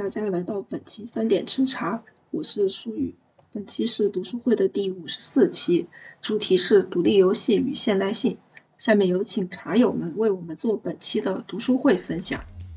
大家来到本期3点吃茶，我是舒雨。本期是读书会的第54期，主题是独立游戏与现代性。下面有请茶友们为我们做本期的读书会分享。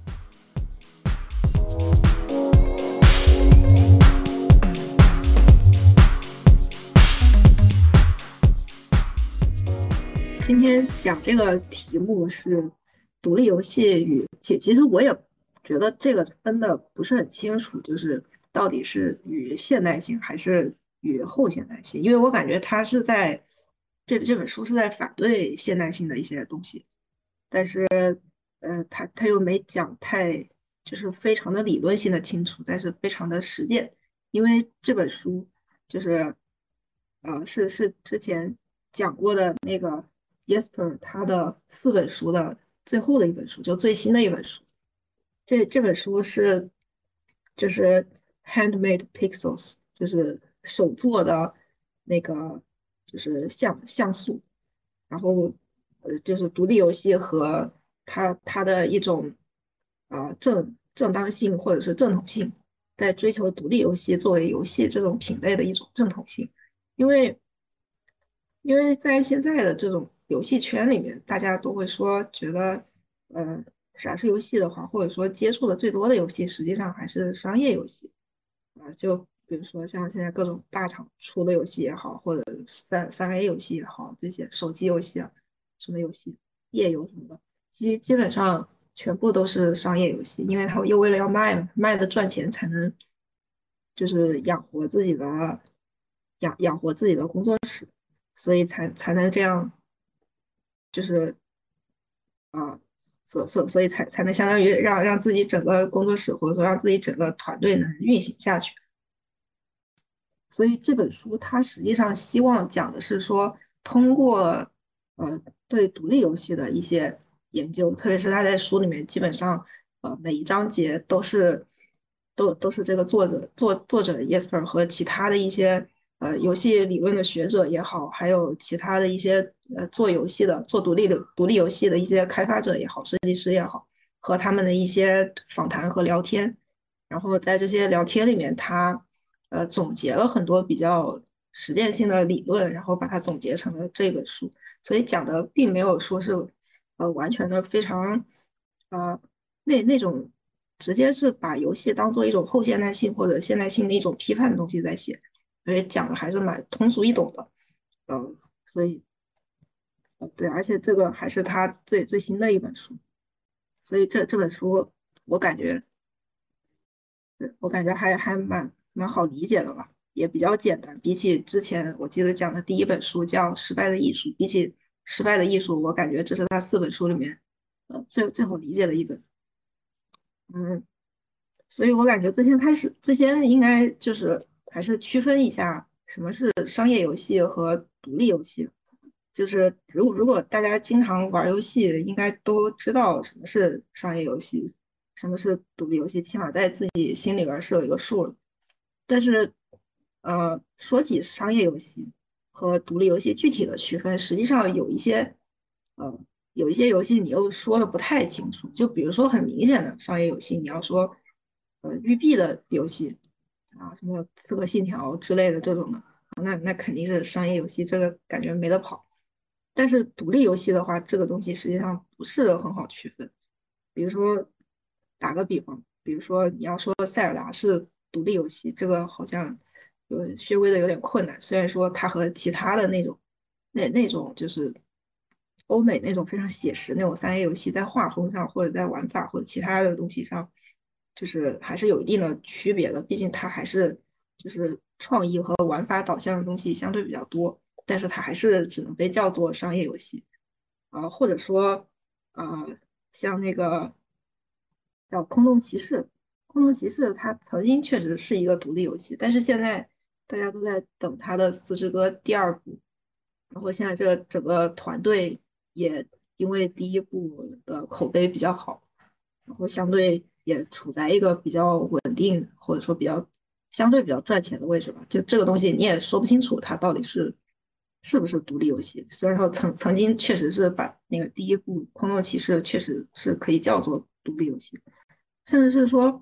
今天讲这个题目是独立游戏与，其实我也觉得这个分的不是很清楚，就是到底是与现代性还是与后现代性，因为我感觉他是在这本书是在反对现代性的一些东西，但是他又没讲太就是非常的理论性的清楚，但是非常的实践，因为这本书就是是之前讲过的那个 Jesper 他的4本书的最后的一本书，就最新的一本书。这本书是就是 handmade pixels，就是手做的那个就是像素，然后就是独立游戏和它的一种正当性或者是正统性，在追求独立游戏作为游戏这种品类的一种正统性，因为在现在的这种游戏圈里面，大家都会说觉得呃啥是游戏的话，或者说接触的最多的游戏，实际上还是商业游戏。就比如说像现在各种大厂出的游戏也好，或者三 A 游戏也好，这些手机游戏啊，什么游戏，页游什么的，基本上全部都是商业游戏，因为他们又为了要卖嘛，卖的赚钱才能就是养活自己的工作室，所以才能这样，就是所以才能相当于让自己整个工作室或者说让自己整个团队能运行下去。所以这本书它实际上希望讲的是说，通过对独立游戏的一些研究，特别是他在书里面基本上每一章节都是这个作者 Jesper 和其他的一些游戏理论的学者也好，还有其他的一些做游戏的做独立游戏的一些开发者也好，设计师也好，和他们的一些访谈和聊天。然后在这些聊天里面，他总结了很多比较实践性的理论，然后把它总结成了这本书。所以讲的并没有说是完全的非常呃那种直接是把游戏当做一种后现代性或者现代性的一种批判的东西在写，所以讲的还是蛮通俗易懂的。所以对，而且这个还是他最新的一本书，所以这本书我感觉。对，我感觉还蛮好理解的吧，也比较简单。比起之前我记得讲的第一本书叫《失败的艺术》，比起《失败的艺术》，我感觉这是他4本书里面最好理解的一本。嗯，所以我感觉最先应该就是还是区分一下什么是商业游戏和独立游戏。就是如果大家经常玩游戏，应该都知道什么是商业游戏，什么是独立游戏，起码在自己心里边是有一个数的。但是，说起商业游戏和独立游戏具体的区分，实际上呃，有一些游戏你又说的不太清楚。就比如说很明显的商业游戏，你要说，育碧的游戏什么《刺客信条》之类的这种的，那肯定是商业游戏，这个感觉没得跑。但是独立游戏的话，这个东西实际上不是很好区分。比如说，打个比方，比如说你要说塞尔达是独立游戏，这个好像稍微的有点困难。虽然说它和其他的那种就是欧美那种非常写实那种3A 游戏，在画风上或者在玩法或者其他的东西上，就是还是有一定的区别的。毕竟它还是就是创意和玩法导向的东西相对比较多，但是它还是只能被叫做商业游戏或者说像那个叫《空洞骑士》，《空洞骑士》它曾经确实是一个独立游戏，但是现在大家都在等它的《四之歌》第2部，然后现在这个整个团队也因为第一部的口碑比较好，然后相对也处在一个比较稳定或者说相对比较赚钱的位置吧。就这个东西你也说不清楚它到底是不是独立游戏。虽然说曾经确实是把那个第一部《空洞骑士》确实是可以叫做独立游戏，甚至是说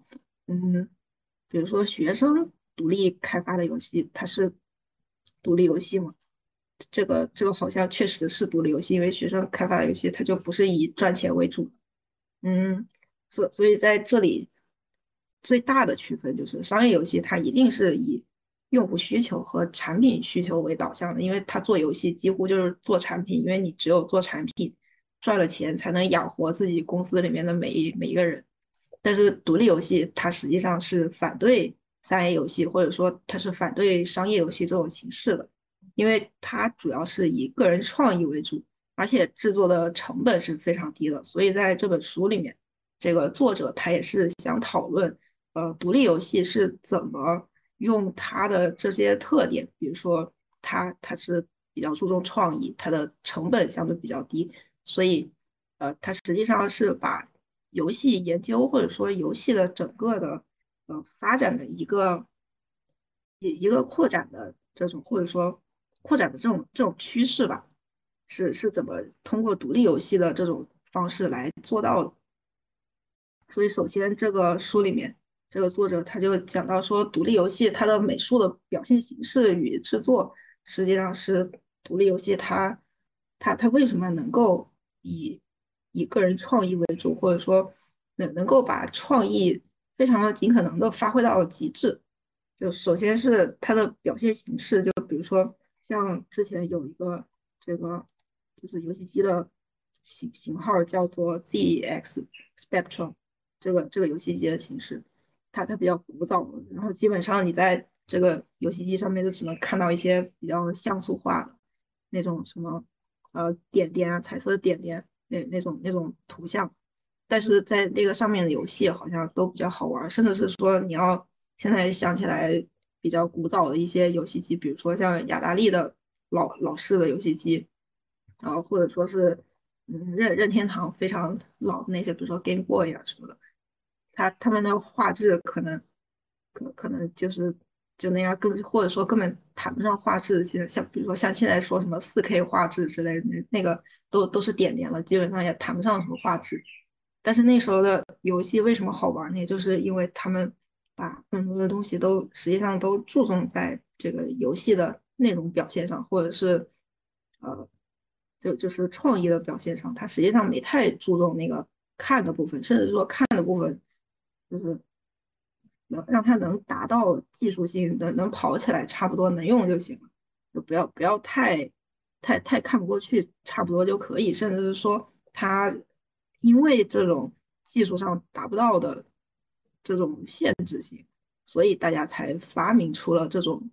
嗯，比如说学生独立开发的游戏，它是独立游戏吗？这个好像确实是独立游戏，因为学生开发的游戏它就不是以赚钱为主。嗯，所以在这里最大的区分就是商业游戏它一定是以用户需求和产品需求为导向的，因为它做游戏几乎就是做产品，因为你只有做产品赚了钱才能养活自己公司里面的每一个人。但是独立游戏它实际上是反对商业游戏，或者说它是反对商业游戏这种形式的，因为它主要是以个人创意为主，而且制作的成本是非常低的。所以在这本书里面，这个作者他也是想讨论，独立游戏是怎么用它的这些特点，比如说它是比较注重创意，它的成本相对比较低，所以它实际上是把游戏研究或者说游戏的整个的发展的一个扩展的这种或者说扩展的这种趋势吧，是怎么通过独立游戏的这种方式来做到的。所以首先这个书里面，这个作者他就讲到说，独立游戏它的美术的表现形式与制作，实际上是独立游戏它为什么能够以个人创意为主，或者说能够把创意非常的尽可能的发挥到极致。就首先是它的表现形式，就比如说像之前有一个这个就是游戏机的型号叫做 ZX Spectrum，这个游戏机的形式，它比较古早，然后基本上你在这个游戏机上面就只能看到一些比较像素化的那种什么点点啊，彩色点点那种图像，但是在那个上面的游戏好像都比较好玩，甚至是说你要现在想起来比较古早的一些游戏机，比如说像雅达利的老式的游戏机，然后或者说是任天堂非常老的那些，比如说 Game Boy 啊什么的，他们的画质可能就那样，或者说根本谈不上画质。现在像比如说像现在说什么4K 画质之类的，那个都是点点了，基本上也谈不上什么画质。但是那时候的游戏为什么好玩呢？就是因为他们把更多的东西都实际上都注重在这个游戏的内容表现上，或者是呃，就是创意的表现上，它实际上没太注重那个看的部分，甚至说看的部分就是让它能达到技术性，能跑起来，差不多能用就行了，就不要太看不过去，差不多就可以，甚至是说它因为这种技术上达不到的这种限制性，所以大家才发明出了这种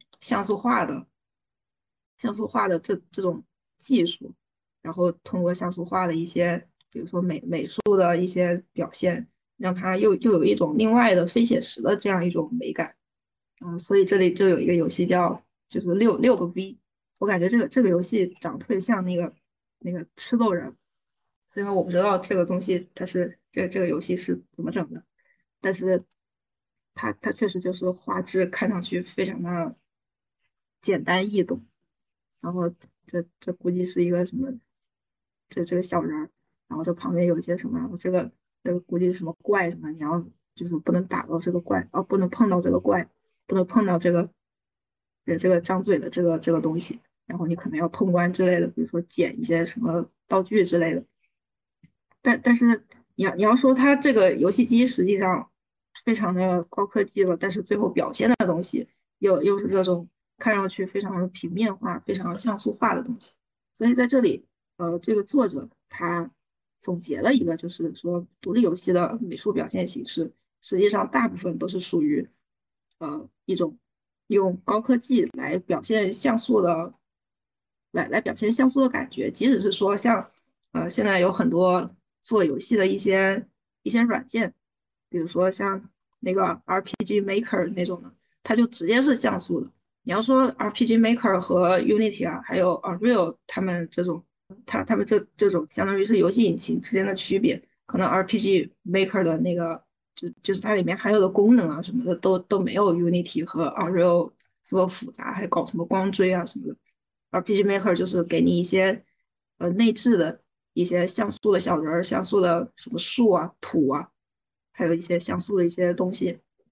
像素化的这种技术，然后通过像素化的一些，比如说美术的一些表现，让它又有一种另外的非写实的这样一种美感。所以这里就有一个游戏叫就是六个 V，我感觉这个游戏长得特别像那个吃豆人，虽然我不知道这个东西它是这个游戏是怎么整的，但是它确实就是画质看上去非常的简单易懂。然后这估计是一个什么，这个小人儿，然后这旁边有一些什么，然后这个估计是什么怪什么，你要就是不能打到这个怪，不能碰到这个怪，不能碰到这个张嘴的这个东西，然后你可能要通关之类的，比如说捡一些什么道具之类的。但是你要说它这个游戏机实际上非常的高科技了，但是最后表现的东西又是这种看上去非常平面化、非常像素化的东西。所以在这里，这个作者他总结了一个，就是说独立游戏的美术表现形式，实际上大部分都是属于一种用高科技来表现像素的，来表现像素的感觉，即使是说像现在有很多做游戏的一些软件，比如说像那个 RPG Maker 那种的，它就直接是像素的。你要说 RPG Maker 和 Unity 啊，还有 Unreal 他们这种，他们这种相当于是游戏引擎之间的区别，可能 RPG Maker 的那个就是它里面含有的功能啊什么的都没有 Unity 和 Unreal 这么复杂，还搞什么光追啊什么的。RPG Maker 就是给你一些内置的一些像素的小人儿、像素的什么树啊、土啊，还有一些像素的一些东西，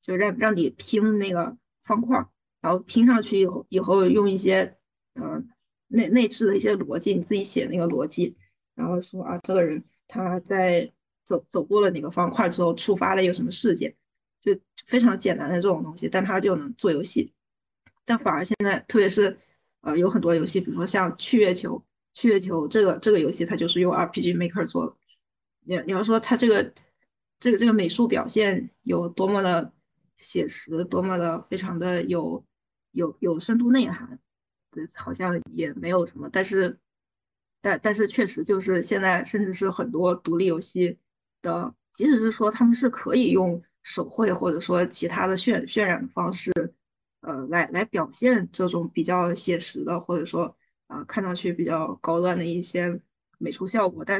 就让你拼那个方块，然后拼上去以后用一些内置的一些逻辑，你自己写那个逻辑，然后说啊这个人他在走过了哪个方块之后触发了一个什么事件，就非常简单的这种东西，但它就能做游戏。但反而现在，特别是有很多游戏，比如说像去月球这个游戏，它就是用 RPG Maker 做的。你要说它这个美术表现有多么的写实，多么的非常的有深度内涵，好像也没有什么。但是确实就是现在，甚至是很多独立游戏的，即使是说他们是可以用手绘或者说其他的渲染的方式。来表现这种比较写实的，或者说看上去比较高端的一些美术效果，但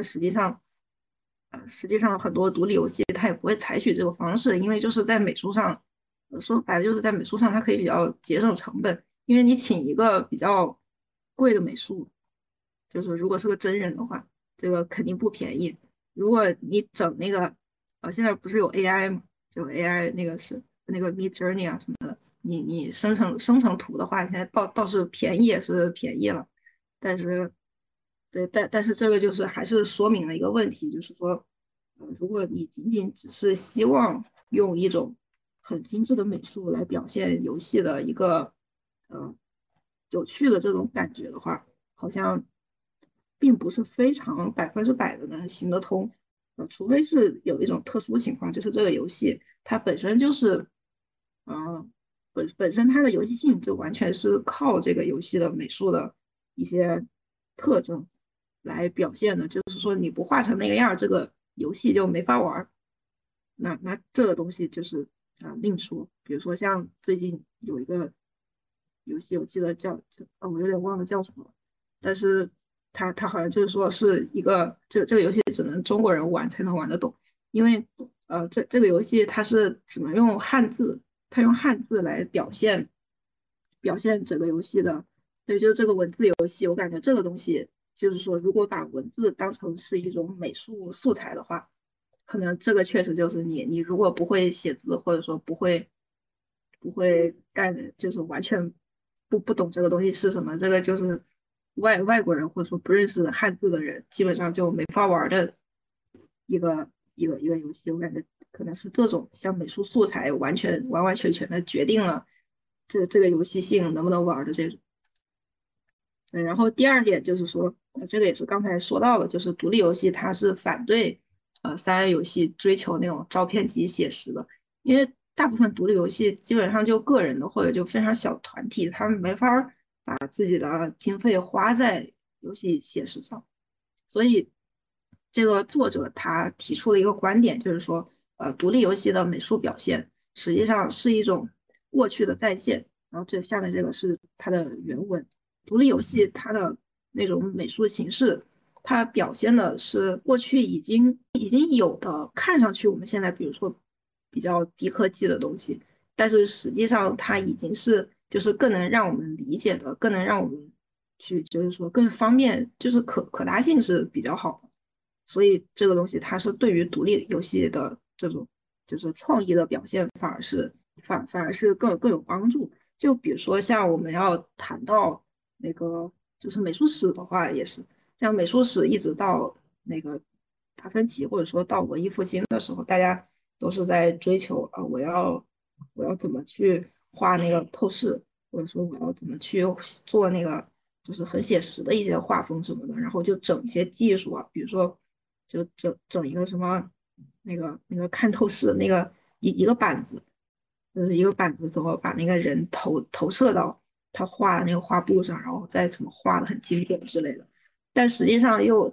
实际上很多独立游戏它也不会采取这个方式，因为就是在美术上，说白了就是在美术上它可以比较节省成本，因为你请一个比较贵的美术，就是如果是个真人的话，这个肯定不便宜。如果你整那个，现在不是有 AI 吗？就 AI 那个是那个 Mid Journey 啊什么的。你生成图的话，现在倒是便宜也是便宜了，但是对，但是这个就是还是说明了一个问题，就是说，如果你仅仅只是希望用一种很精致的美术来表现游戏的一个呃有趣的这种感觉的话，好像并不是非常100%的能行得通，除非是有一种特殊情况，就是这个游戏它本身就是。嗯，本身它的游戏性就完全是靠这个游戏的美术的一些特征来表现的，就是说你不画成那个样儿，这个游戏就没法玩儿。那这个东西就是另说，比如说像最近有一个游戏，我记得我有点忘了叫什么了，但是它好像就是说是一个这个游戏只能中国人玩才能玩得懂，因为这个游戏它是只能用汉字，它用汉字来表现整个游戏的，所以就是这个文字游戏，我感觉这个东西就是说，如果把文字当成是一种美术素材的话，可能这个确实就是你如果不会写字，或者说不会干，就是完全不懂这个东西是什么，这个就是外国人或者说不认识汉字的人，基本上就没法玩的一个游戏。我感觉可能是这种像美术素材完完全全的决定了这个游戏性能不能玩的这种。然后第二点就是说，这个也是刚才说到的，就是独立游戏它是反对3A 游戏追求那种照片级写实的，因为大部分独立游戏基本上就个人的或者就非常小团体，他们没法把自己的经费花在游戏写实上，所以这个作者他提出了一个观点，就是说，独立游戏的美术表现实际上是一种过去的再现。然后这下面这个是它的原文。独立游戏它的那种美术形式，它表现的是过去已经有的，看上去我们现在比如说比较低科技的东西，但是实际上它已经是就是更能让我们理解的，更能让我们去就是说更方便，就是可达性是比较好的。所以这个东西它是对于独立游戏的这种就是创意的表现，反而是更有帮助。就比如说像我们要谈到那个就是美术史的话，也是像美术史一直到那个达芬奇或者说到文艺复兴的时候，大家都是在追求我要怎么去画那个透视，或者说我要怎么去做那个就是很写实的一些画风什么的，然后就整一些技术啊，比如说就整一个什么那个看透视的那个一个板子，就是一个板子怎么把那个人投射到他画的那个画布上，然后再怎么画的很精准之类的。但实际上又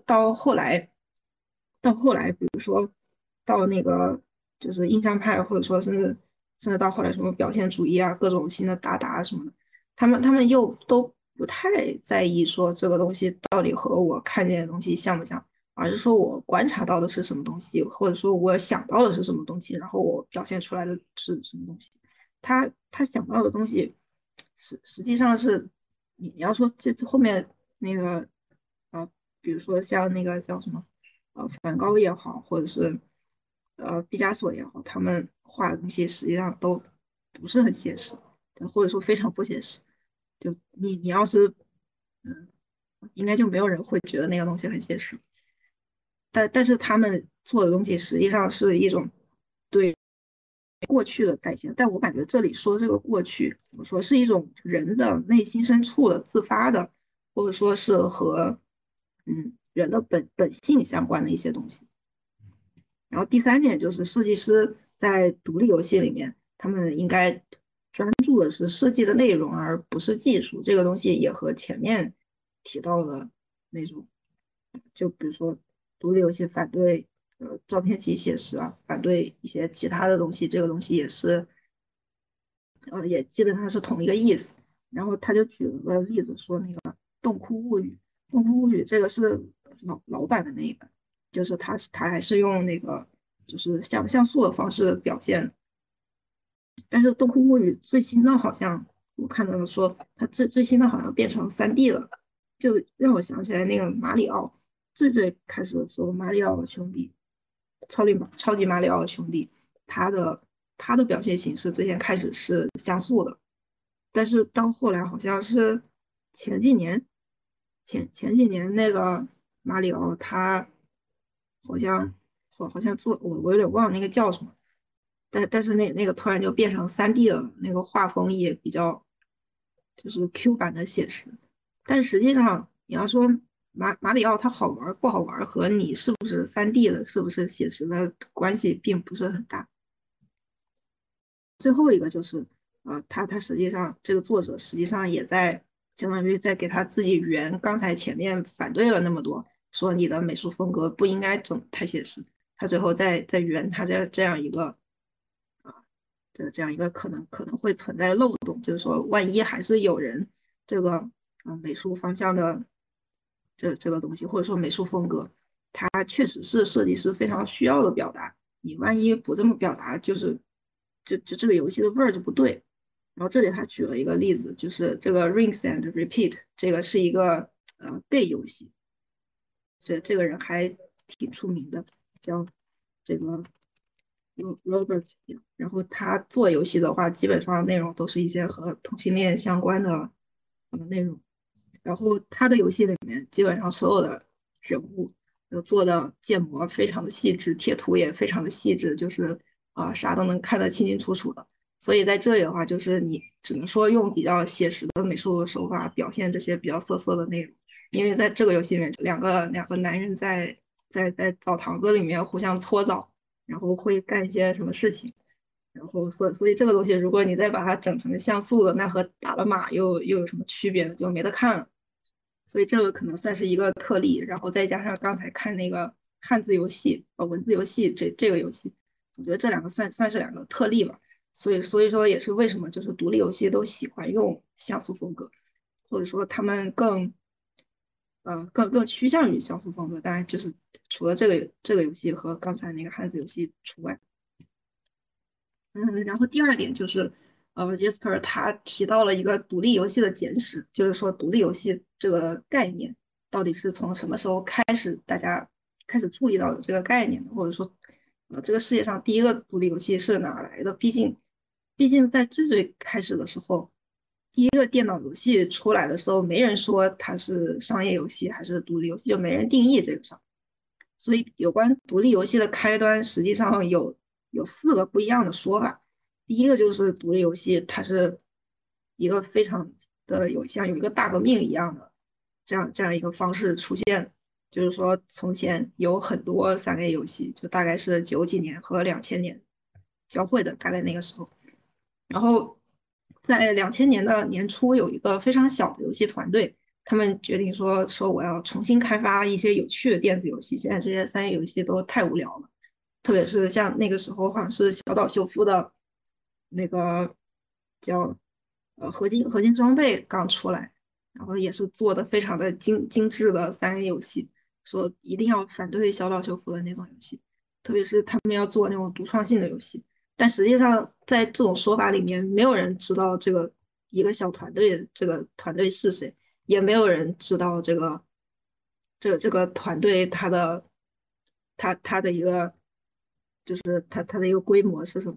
到后来，比如说到那个就是印象派，或者说甚至到后来什么表现主义啊，各种新的达达什么的，他们又都不太在意说这个东西到底和我看见的东西像不像，而是说我观察到的是什么东西，或者说我想到的是什么东西，然后我表现出来的是什么东西。他想到的东西实际上是你要说这后面那个呃，比如说像那个叫什么梵高也好，或者是毕加索也好，他们画的东西实际上都不是很写实，或者说非常不写实。就你要是嗯，应该就没有人会觉得那个东西很写实。但是他们做的东西实际上是一种对过去的再现。但我感觉这里说这个过去怎么说，是一种人的内心深处的自发的，或者说是和人的本性相关的一些东西。然后第三点就是设计师在独立游戏里面，他们应该专注的是设计的内容，而不是技术。这个东西也和前面提到的那种，就比如说独立游戏反对照片集写实啊，反对一些其他的东西，这个东西也是也基本上是同一个意思。然后他就举了个例子说那个《洞窟物语》，《洞窟物语》这个是老版的那一版，就是他还是用那个就是像素的方式表现，但是《洞窟物语》最新的好像我看到了说它最新的好像变成3D 了，就让我想起来那个马里奥最开始的时候，马里奥兄弟超级马里奥兄弟，他的他的表现形式最先开始是像素的，但是到后来好像是前几年前几年那个马里奥他好像好像做我有点忘了那个叫什么。但是那个突然就变成3D 了，那个画风也比较就是 Q 版的写实。但实际上你要说马里奥它好玩不好玩，和你是不是3D 的，是不是写实的关系并不是很大。最后一个就是，他实际上这个作者实际上也在相当于在给他自己圆刚才前面反对了那么多，说你的美术风格不应该整太写实，他最后再圆他这样一个这样一个可能会存在漏洞，就是说万一还是有人这个美术方向的这个东西，或者说美术风格，它确实是设计师非常需要的表达。你万一不这么表达，就是就这个游戏的味儿就不对。然后这里他举了一个例子，就是这个 Rinse and Repeat，这个是一个gay 游戏，这个人还挺出名的，叫这个 Robert，然后他做游戏的话，基本上内容都是一些和同性恋相关的内容。然后他的游戏里面，基本上所有的人物都做的建模非常的细致，贴图也非常的细致，就是啥都能看得清清楚楚的。所以在这里的话，就是你只能说用比较写实的美术手法表现这些比较涩涩的内容，因为在这个游戏里面，两个男人在澡堂子里面互相搓澡，然后会干一些什么事情。然后所以这个东西，如果你再把它整成像素的，那和打了码又有什么区别呢？就没得看了。所以这个可能算是一个特例。然后再加上刚才看那个汉字游戏文字游戏这个游戏，我觉得这两个算是两个特例吧。所以说也是为什么就是独立游戏都喜欢用像素风格，或者说他们更趋向于像素风格。当然就是除了这个游戏和刚才那个汉字游戏除外。然后第二点就是，Jesper 他提到了一个独立游戏的简史，就是说独立游戏这个概念到底是从什么时候开始大家开始注意到有这个概念的，或者说，这个世界上第一个独立游戏是哪儿来的？毕竟在最开始的时候，第一个电脑游戏出来的时候，没人说它是商业游戏还是独立游戏，就没人定义这个上。所以有关独立游戏的开端，实际上有4个不一样的说法。第一个就是独立游戏，它是一个非常的像有一个大革命一样的这样一个方式出现。就是说，从前有很多3A 游戏，就大概是90几年和2000年交汇的，大概那个时候。然后在2000年的年初，有一个非常小的游戏团队，他们决定说我要重新开发一些有趣的电子游戏。现在这些3A 游戏都太无聊了，特别是像那个时候好像是小岛秀夫的那个叫合金装备刚出来，然后也是做的非常的精致的3A 游戏，说一定要反对小岛秀夫的那种游戏，特别是他们要做那种独创性的游戏。但实际上，在这种说法里面，没有人知道这个一个小团队这个团队是谁，也没有人知道这个团队它的一个就是它的一个规模是什么。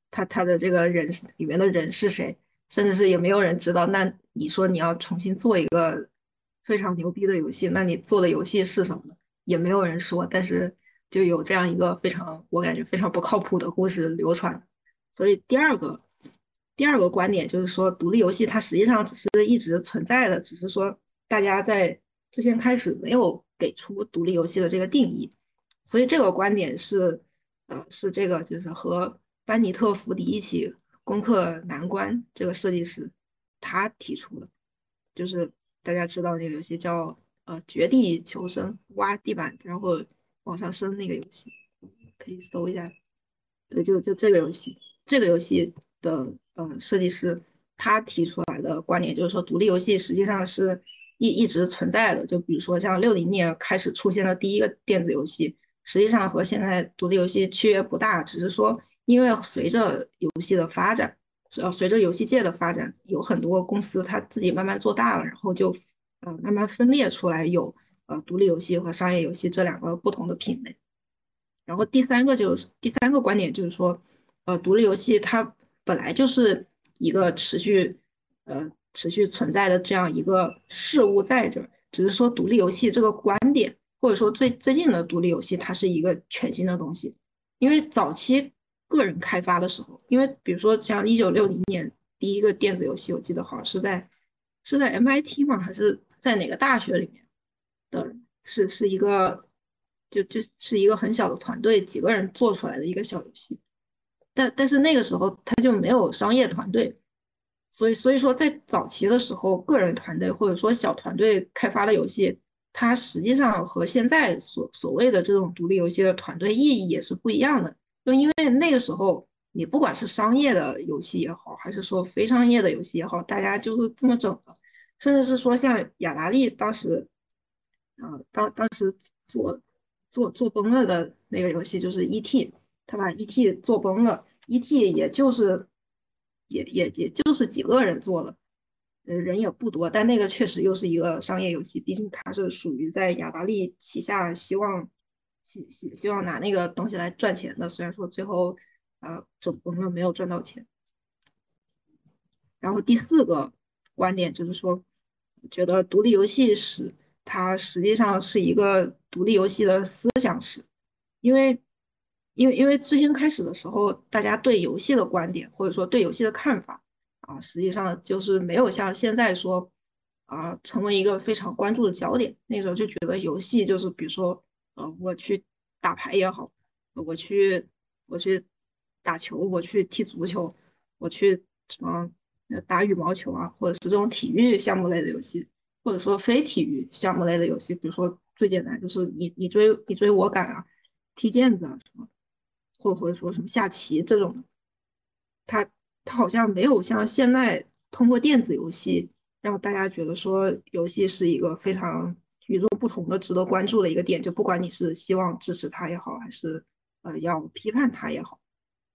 他的这个人里面的人是谁，甚至是也没有人知道。那你说你要重新做一个非常牛逼的游戏，那你做的游戏是什么呢？也没有人说，但是就有这样一个非常我感觉非常不靠谱的故事流传。所以第二个观点就是说，独立游戏它实际上只是一直存在的，只是说大家在之前开始没有给出独立游戏的这个定义。所以这个观点是这个就是和班尼特·福迪一起攻克难关这个设计师他提出的，就是大家知道那个游戏叫绝地求生，挖地板然后往上升那个游戏，可以搜一下。对，就这个游戏，这个游戏的设计师他提出来的观点就是说，独立游戏实际上是一直存在的。就比如说像60年开始出现的第一个电子游戏，实际上和现在独立游戏区别不大，只是说因为随着游戏的发展，随着游戏界的发展，有很多公司它自己慢慢做大了，然后就慢慢分裂出来有独立游戏和商业游戏这两个不同的品类。然后第三个观点就是说，独立游戏它本来就是一个持续存在的这样一个事物在这儿，只是说独立游戏这个观点，或者说最近的独立游戏，它是一个全新的东西。因为早期个人开发的时候，因为比如说像1960年第一个电子游戏，我记得好像是在 MIT 吗？还是在哪个大学里面的？是一个就是一个很小的团队，几个人做出来的一个小游戏。但是那个时候他就没有商业团队，所以说在早期的时候，个人团队或者说小团队开发的游戏，它实际上和现在所谓的这种独立游戏的团队意义也是不一样的。就因为那个时候，你不管是商业的游戏也好，还是说非商业的游戏也好，大家就是这么整的。甚至是说像雅达利当时，当时做做崩了的那个游戏就是 E.T.，他把 E.T. 做崩了，E.T. 也就是几个人做的，人也不多，但那个确实又是一个商业游戏，毕竟它是属于在雅达利旗下，希望拿那个东西来赚钱的，虽然说最后整崩了，没有赚到钱。然后第四个观点就是说，觉得独立游戏史它实际上是一个独立游戏的思想史，因为因为最先开始的时候，大家对游戏的观点或者说对游戏的看法实际上就是没有像现在说成为一个非常关注的焦点。那时候就觉得游戏就是比如说我去打牌也好，我去打球，我去踢足球，我去什么打羽毛球或者是这种体育项目类的游戏，或者说非体育项目类的游戏，比如说最简单就是你追我赶踢毽子什么，或者说什么下棋这种，它它好像没有像现在通过电子游戏让大家觉得说游戏是一个非常与众不同的、值得关注的一个点，就不管你是希望支持它也好，还是要批判它也好。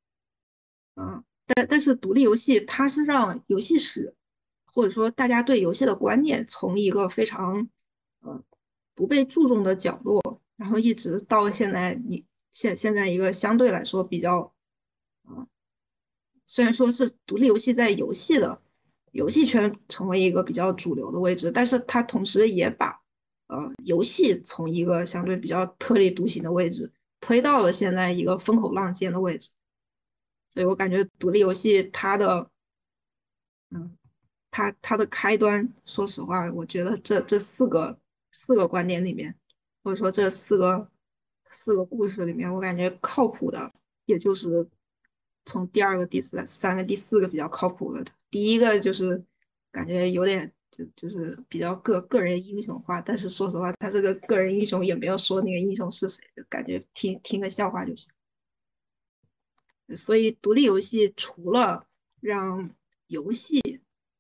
但是独立游戏它是让游戏史或者说大家对游戏的观念从一个非常呃不被注重的角落，然后一直到现在现在一个相对来说比较虽然说是独立游戏在游戏圈成为一个比较主流的位置，但是它同时也把游戏从一个相对比较特立独行的位置推到了现在一个风口浪尖的位置。所以我感觉独立游戏嗯，它的开端，说实话，我觉得这四个观点里面，或者说这四个故事里面，我感觉靠谱的，也就是从第二个、第三个、第四个比较靠谱的。第一个就是感觉有点就是比较个人英雄化，但是说实话，他这个个人英雄也没有说那个英雄是谁，就感觉听个笑话就行。所以独立游戏除了让游戏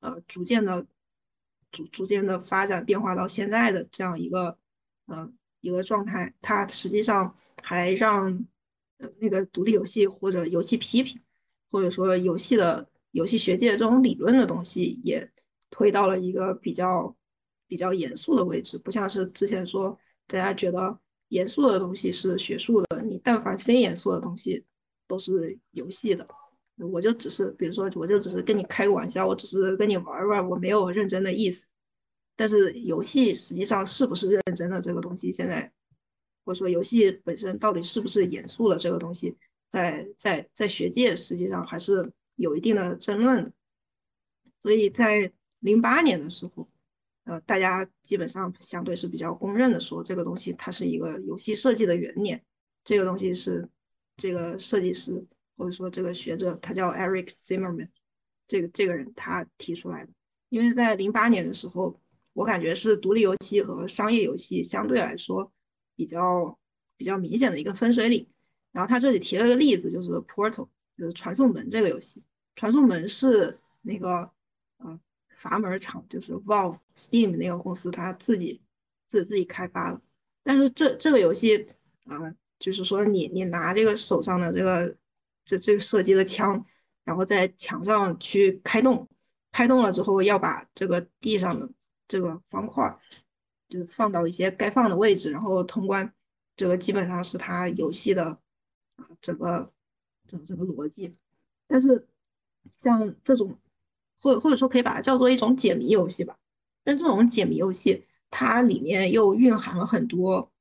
逐渐的发展变化到现在的这样呃一个状态，它实际上还让那个独立游戏或者游戏批评，或者说游戏学界这种理论的东西也推到了一个比较严肃的位置，不像是之前说大家觉得严肃的东西是学术的，你但凡非严肃的东西都是游戏的。 我就只是比如说我就只是跟你开个玩笑，我只是跟你玩玩，我没有认真的意思。但是游戏实际上是不是认真的这个东西，现在或者说游戏本身到底是不是严肃的这个东西，在学界实际上还是有一定的争论的。所以在08年的时候，大家基本上相对是比较公认的说，这个东西它是一个游戏设计的元年。这个东西是这个设计师或者说这个学者，他叫 Eric Zimmerman，这个人他提出来的。因为在08年的时候，我感觉是独立游戏和商业游戏相对来说比较比较明显的一个分水岭。然后他这里提了个例子，就是 Portal，就是传送门这个游戏。传送门是那个阀门厂，就是 Valve Steam 那个公司，他自己开发的。但是这个游戏就是说你拿这个手上的这个射击的枪，然后在墙上去开动，开动了之后要把这个地上的这个方块就是放到一些该放的位置，然后通关。这个基本上是它游戏的整个整个逻辑。但是像这种或者说可以把它叫做一种解谜游戏吧。但这种解谜游戏它里面又蕴含了很多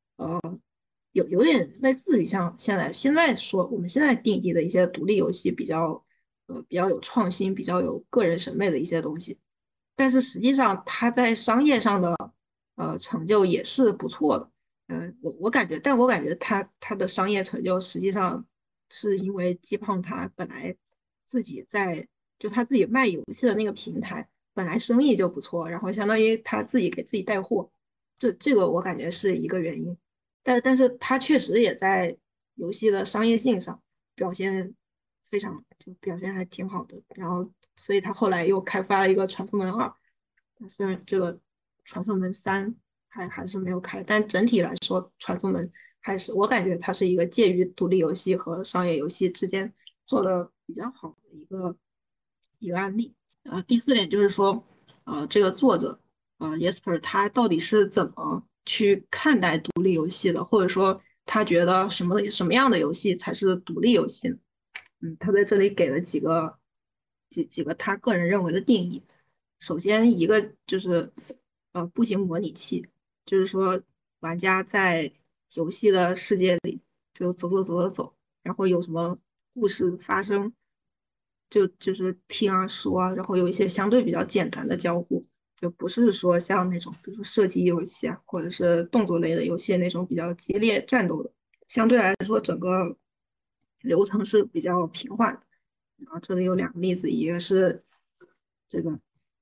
有点类似于像现在说我们现在定义的一些独立游戏比较有创新、比较有个人审美的一些东西。但是实际上它在商业上的成就也是不错的。但我感觉它的商业成就实际上是因为鸡胖他本来自己就他自己卖游戏的那个平台本来生意就不错，然后相当于他自己给自己带货，这个我感觉是一个原因。但是他确实也在游戏的商业性上表现表现还挺好的。然后所以他后来又开发了一个传送门2，虽然这个传送门3还是没有开，但整体来说，传送门还是我感觉它是一个介于独立游戏和商业游戏之间做的比较好的一个案例。第四点就是说，这个作者Jesper 他到底是怎么去看待独立游戏的，或者说他觉得什么样的游戏才是独立游戏呢？他在这里给了几个他个人认为的定义。首先一个就是步行模拟器，就是说玩家在游戏的世界里就走走走走走，然后有什么故事发生，就是听啊说啊，然后有一些相对比较简单的交互，就不是说像那种比如说射击游戏啊，或者是动作类的游戏那种比较激烈战斗的，相对来说整个流程是比较平缓的。然后这里有两个例子，一个是这个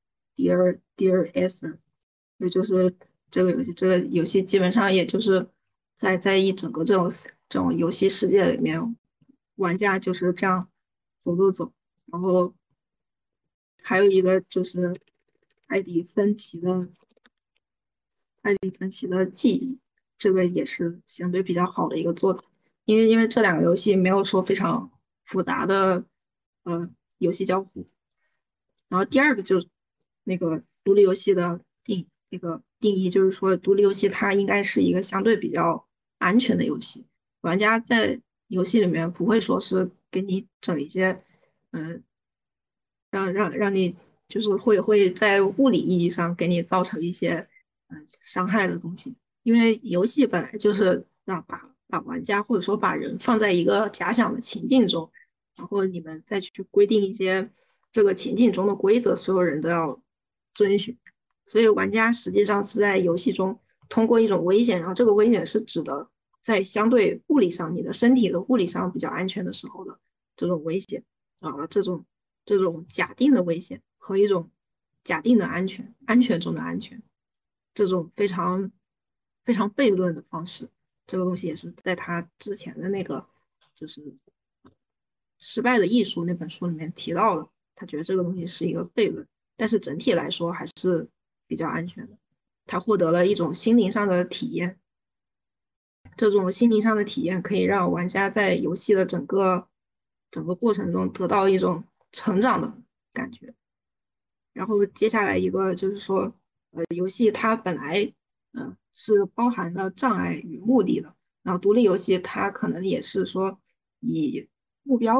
Dear Esther，也就是这个游戏基本上也就是在一整个这种游戏世界里面，玩家就是这样走走走。然后还有一个就是艾迪芬奇的艾迪芬奇的记忆，这个也是相对比较好的一个作品。因为这两个游戏没有说非常复杂的游戏交互。然后第二个就是那个独立游戏的定义，就是说独立游戏它应该是一个相对比较安全的游戏。玩家在游戏里面不会说是给你整一些嗯让你就是会在物理意义上给你造成一些伤害的东西。因为游戏本来就是让把玩家或者说把人放在一个假想的情境中，然后你们再去规定一些这个情境中的规则，所有人都要遵循。所以玩家实际上是在游戏中通过一种危险，然后这个危险是指的在相对物理上你的身体的物理上比较安全的时候的这种危险这种假定的危险和一种假定的安全，安全中的安全，这种非常非常悖论的方式。这个东西也是在他之前的那个就是《失败的艺术》那本书里面提到的。他觉得这个东西是一个悖论，但是整体来说还是比较安全的。他获得了一种心灵上的体验，这种心灵上的体验可以让玩家在游戏的整个过程中得到一种成长的感觉。然后接下来一个就是说，游戏它本来是包含了障碍与目的的，然后独立游戏它可能也是说以目标为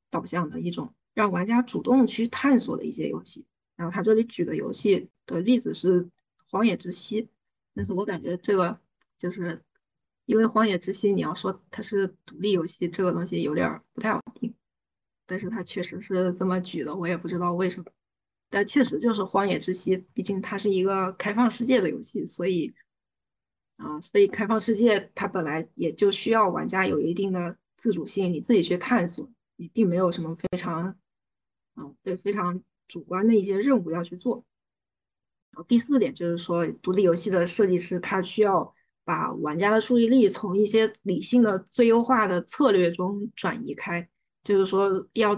导向的一种让玩家主动去探索的一些游戏。然后他这里举的游戏的例子是《荒野之息》，但是我感觉这个就是因为《荒野之息》，你要说它是独立游戏，这个东西有点不太好听。但是它确实是这么举的，我也不知道为什么。但确实就是《荒野之息》，毕竟它是一个开放世界的游戏，所以开放世界它本来也就需要玩家有一定的自主性，你自己去探索，你并没有什么非常主观的一些任务要去做。然后第四点就是说，独立游戏的设计师他需要把玩家的注意力从一些理性的最优化的策略中转移开，就是说要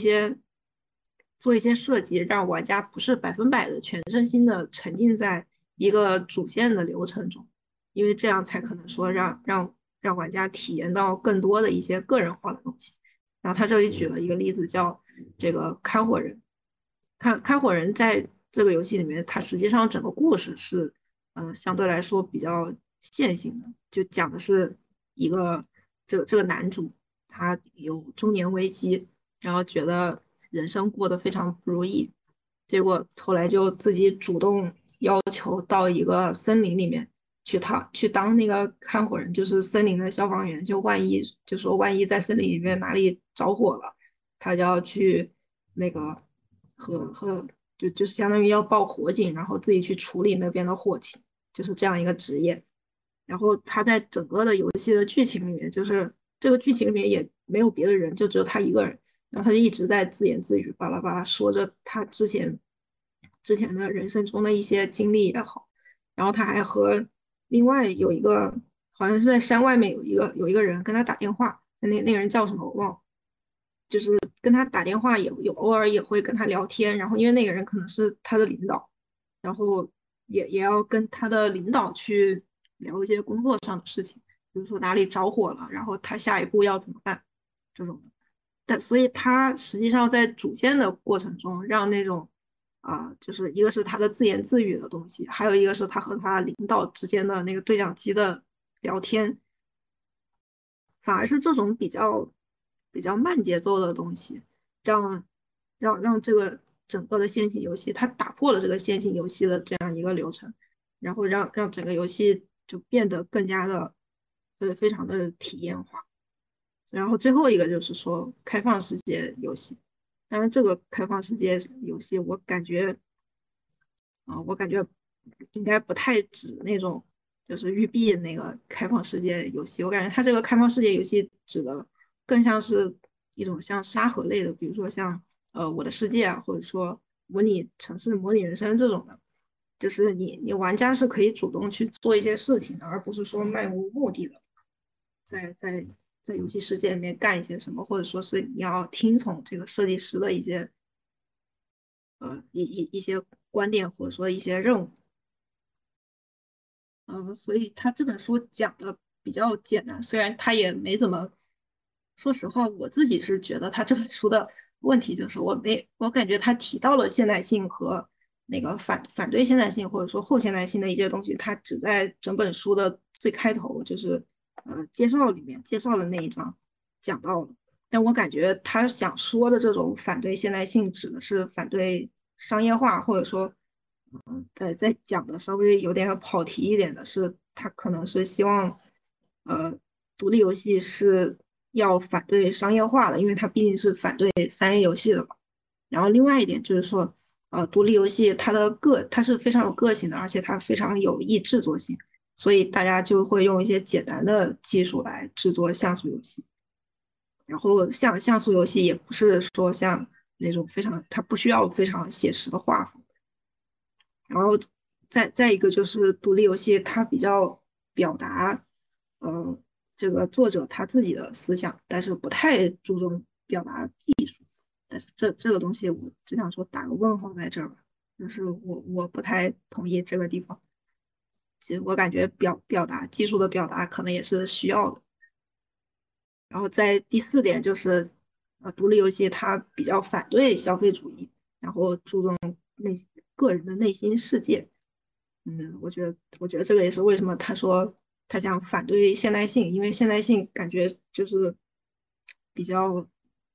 做一些设计，让玩家不是100%的全身心的沉浸在一个主线的流程中，因为这样才可能说让玩家体验到更多的一些个人化的东西。然后他这里举了一个例子，叫这个看火人。看火人在这个游戏里面，它实际上整个故事是，相对来说比较线性的，就讲的是一个这个男主他有中年危机，然后觉得人生过得非常不如意，结果后来就自己主动要求到一个森林里面去当那个看火人，就是森林的消防员，就说万一在森林里面哪里着火了，他就要去那个和就是相当于要报火警，然后自己去处理那边的火情，就是这样一个职业。然后他在整个的游戏的剧情里面，就是这个剧情里面也没有别的人，就只有他一个人。然后他就一直在自言自语，巴拉巴拉说着他之前的人生中的一些经历也好。然后他还和另外有一个好像是在山外面有一个人跟他打电话，那个人叫什么我忘了，就是跟他打电话有偶尔也会跟他聊天，然后因为那个人可能是他的领导，然后也要跟他的领导去聊一些工作上的事情，比如说哪里着火了，然后他下一步要怎么办这种的。但所以他实际上在主线的过程中，让那种就是一个是他的自言自语的东西，还有一个是他和他领导之间的那个对讲机的聊天，反而是这种比较慢节奏的东西，让让这个整个的线性游戏，它打破了这个线性游戏的这样一个流程，然后让整个游戏就变得更加的非常的体验化。然后最后一个就是说开放世界游戏，当然这个开放世界游戏我感觉应该不太指那种就是育碧那个开放世界游戏，我感觉它这个开放世界游戏指的更像是一种像沙盒类的，比如说像我的世界啊，或者说模拟城市、模拟人生这种的，就是你玩家是可以主动去做一些事情的，而不是说漫无目的的在游戏世界里面干一些什么，或者说是你要听从这个设计师的一些观点或者说一些任务。所以他这本书讲的比较简单，虽然他也没怎么，说实话，我自己是觉得他这本书的问题就是我感觉他提到了现代性和那个反对现代性或者说后现代性的一些东西，他只在整本书的最开头，就是介绍里面介绍的那一章讲到了，但我感觉他想说的这种反对现代性指的是反对商业化，或者说再讲的稍微有点跑题一点的是，他可能是希望，呃，独立游戏是要反对商业化的，因为它毕竟是反对3A 游戏的嘛。然后另外一点就是说，独立游戏它是非常有个性的，而且它非常有益制作性，所以大家就会用一些简单的技术来制作像素游戏。然后像素游戏也不是说像那种它不需要非常写实的画风。然后再一个就是独立游戏，它比较表达，呃，这个作者他自己的思想，但是不太注重表达技术。但是这个东西，我只想说打个问号在这儿吧，就是我不太同意这个地方。其实我感觉表达技术的表达可能也是需要的。然后在第四点就是，独立游戏它比较反对消费主义，然后注重内个人的内心世界。我觉得这个也是为什么他说他想反对现代性，因为现代性感觉就是比较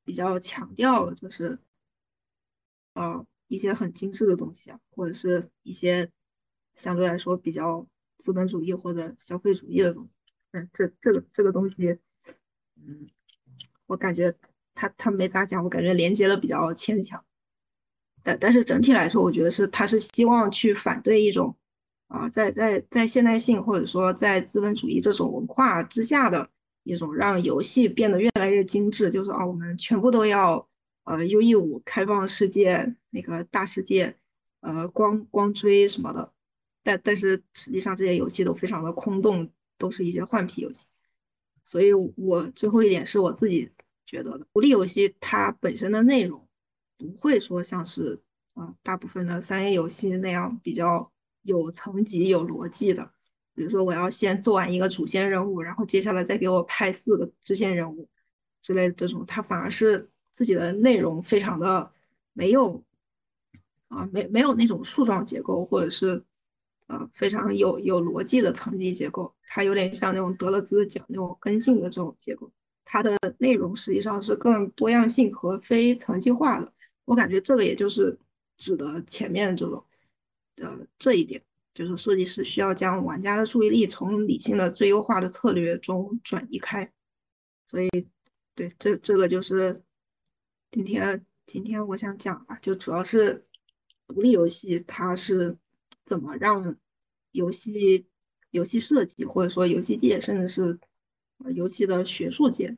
比较强调就是一些很精致的东西啊，或者是一些相对来说比较资本主义或者消费主义的东西。这个东西，嗯，我感觉他没咋讲，我感觉连接的比较牵强。但是整体来说，我觉得他是希望去反对一种在现代性或者说在资本主义这种文化之下的一种让游戏变得越来越精致，就是我们全部都要U15开放世界那个大世界光追什么的，但是实际上这些游戏都非常的空洞，都是一些换皮游戏。所以我最后一点是我自己觉得的，独立游戏它本身的内容不会说像是大部分的3A 游戏那样比较有层级、有逻辑的。比如说我要先做完一个主线任务，然后接下来再给我派4个支线任务之类的这种，它反而是自己的内容非常的没有没有那种树状结构，或者是非常有逻辑的层级结构，它有点像那种德勒兹讲那种跟进的这种结构，它的内容实际上是更多样性和非层级化的。我感觉这个也就是指的前面这种这一点，就是设计师需要将玩家的注意力从理性的最优化的策略中转移开。对，这个就是今天我想讲吧，就主要是独立游戏它是怎么让游戏游戏设计或者说游戏界，甚至是游戏的学术界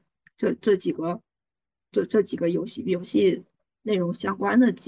这几个游戏内容相关的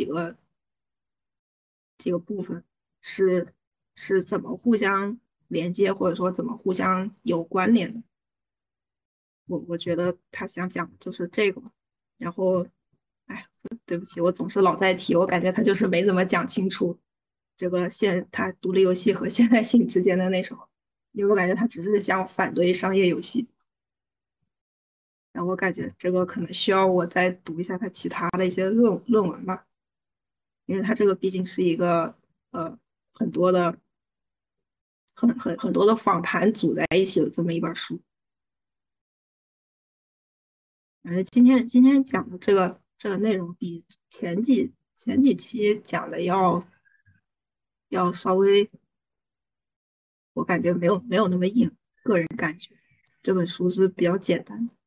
几个部分是是怎么互相连接，或者说怎么互相有关联的。我觉得他想讲的就是这个嘛。然后，哎，对不起，我总是老在提，我感觉他就是没怎么讲清楚这个他独立游戏和现代性之间的那什么，因为我感觉他只是想反对商业游戏。然后我感觉这个可能需要我再读一下他其他的一些论文吧，因为他这个毕竟是一个很多的很多的访谈组在一起的这么一本书。今天讲的这个内容比前几期讲的要稍微，我感觉没有那么硬，个人感觉这本书是比较简单的。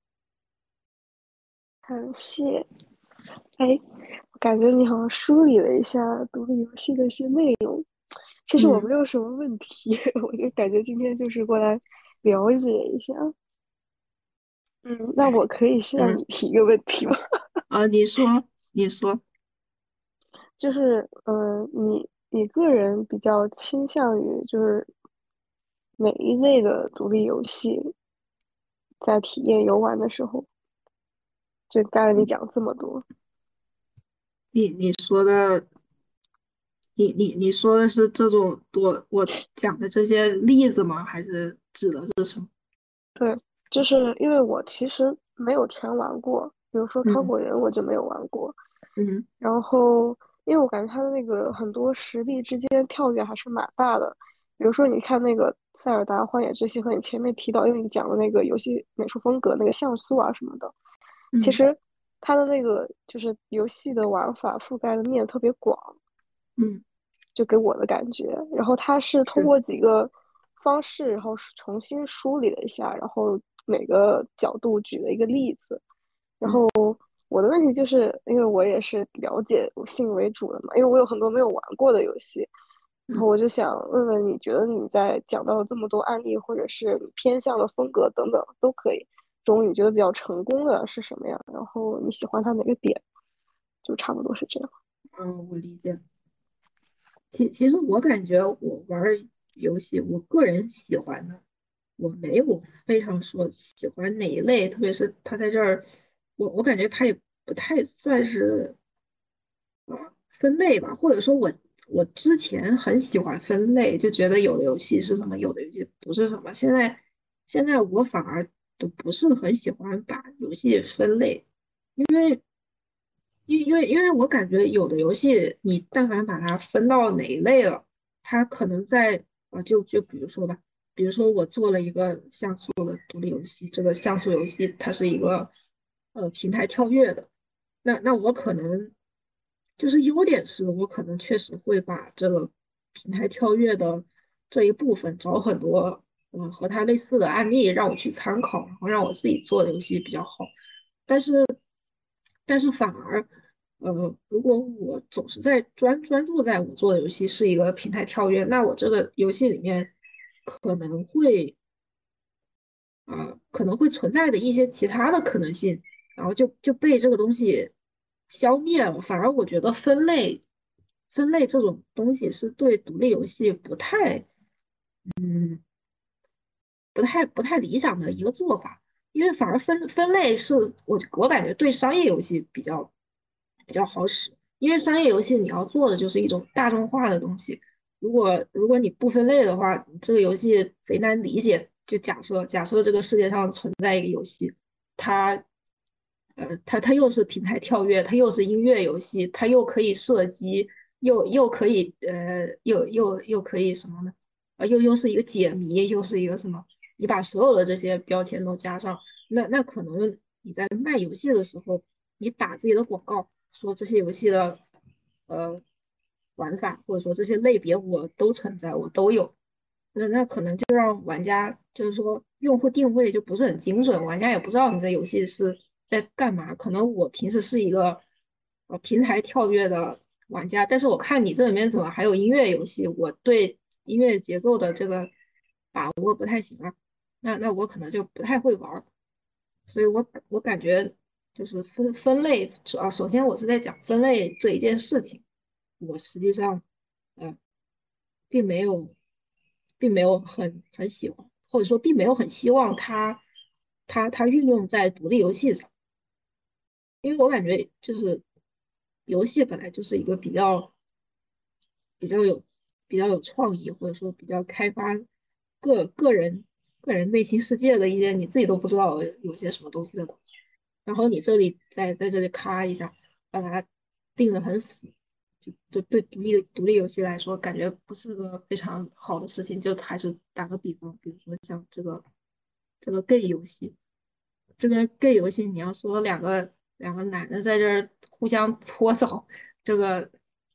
感谢。哎，我感觉你好像梳理了一下独立游戏的一些内容。其实我嗯没有什么问题，我就感觉今天就是过来了解一下。嗯，那我可以向嗯你提一个问题吗？ 你说。 就是你个人比较倾向于就是哪一类的独立游戏，在体验游玩的时候，就刚才你讲这么多。 你说的，你说的是这种我讲的这些例子吗？还是指的是什么？ 对，就是因为我其实没有全玩过，比如说《超嗯果人》我就没有玩过。 嗯然后，因为我感觉它的那个很多实力之间跳跃还是蛮大的。比如说，你看那个《塞尔达：荒野之息》和你前面提到，因为你讲的那个游戏美术风格、那个像素啊什么的，其嗯实它的那个就是游戏的玩法覆盖的面特别广。 嗯， 就给我的感觉。然后他是通是过几个方式，然后重新梳理了一下，然后每个角度举了一个例子。然嗯后我的问题就是，因为我也是了解游戏为主的嘛，因为我有很多没有玩过的游戏，然后嗯。 我就想问问，你觉得你在讲到这么多案例，或者是你偏向的风格等等都可以，中你觉得比较成功的是什么样？然后你喜欢它哪个点？就差不多是这样。 我理解。其实我感觉我玩游戏，我个人喜欢的，我没有非常说喜欢哪一类，特别是他在这儿，我感觉他也不太算是分类吧，或者说我之前很喜欢分类，就觉得有的游戏是什么，有的游戏不是什么。现在我反而都不是很喜欢把游戏分类，因为我感觉有的游戏，你但凡把它分到哪一类了，它可能在就比如说吧，比如说我做了一个像素的独立游戏，这个像素游戏它是一个平台跳跃的， 那我可能就是优点是我可能确实会把这个平台跳跃的这一部分找很多和它类似的案例让我去参考，然后让我自己做的游戏比较好。但是反而如果我总是在专注在我做的游戏是一个平台跳跃，那我这个游戏里面可能会可能会存在的一些其他的可能性，然后就被这个东西消灭了。反而我觉得分类这种东西是对独立游戏不太理想的一个做法，因为反而分类是我感觉对商业游戏比较好使，因为商业游戏你要做的就是一种大众化的东西，如果你不分类的话，这个游戏贼难理解。就假设这个世界上存在一个游戏，它它又是平台跳跃，它又是音乐游戏，它又可以射击，又可以又可以什么呢？又是一个解谜，又是一个什么？你把所有的这些标签都加上，那可能你在卖游戏的时候，你打自己的广告，说这些游戏的呃玩法，或者说这些类别我都存在，我都有。那可能就让玩家就是说用户定位就不是很精准，玩家也不知道你这游戏是在干嘛。可能我平时是一个平台跳跃的玩家，但是我看你这里面怎么还有音乐游戏，我对音乐节奏的这个把握不太行啊，那我可能就不太会玩。所以我感觉就是分类，首先我是在讲分类这一件事情，我实际上呃并没有并没有很喜欢，或者说并没有很希望它运用在独立游戏上，因为我感觉就是游戏本来就是一个比较有比较有创意，或者说比较开发个个人个人内心世界的一些你自己都不知道有些什么东西的东西。然后你这里在这里咔一下把它定得很死，就对独立游戏来说，感觉不是个非常好的事情。就还是打个比方，比如说像这个 gay 游戏，这个 gay 游戏，你要说两个男的在这儿互相搓澡，这个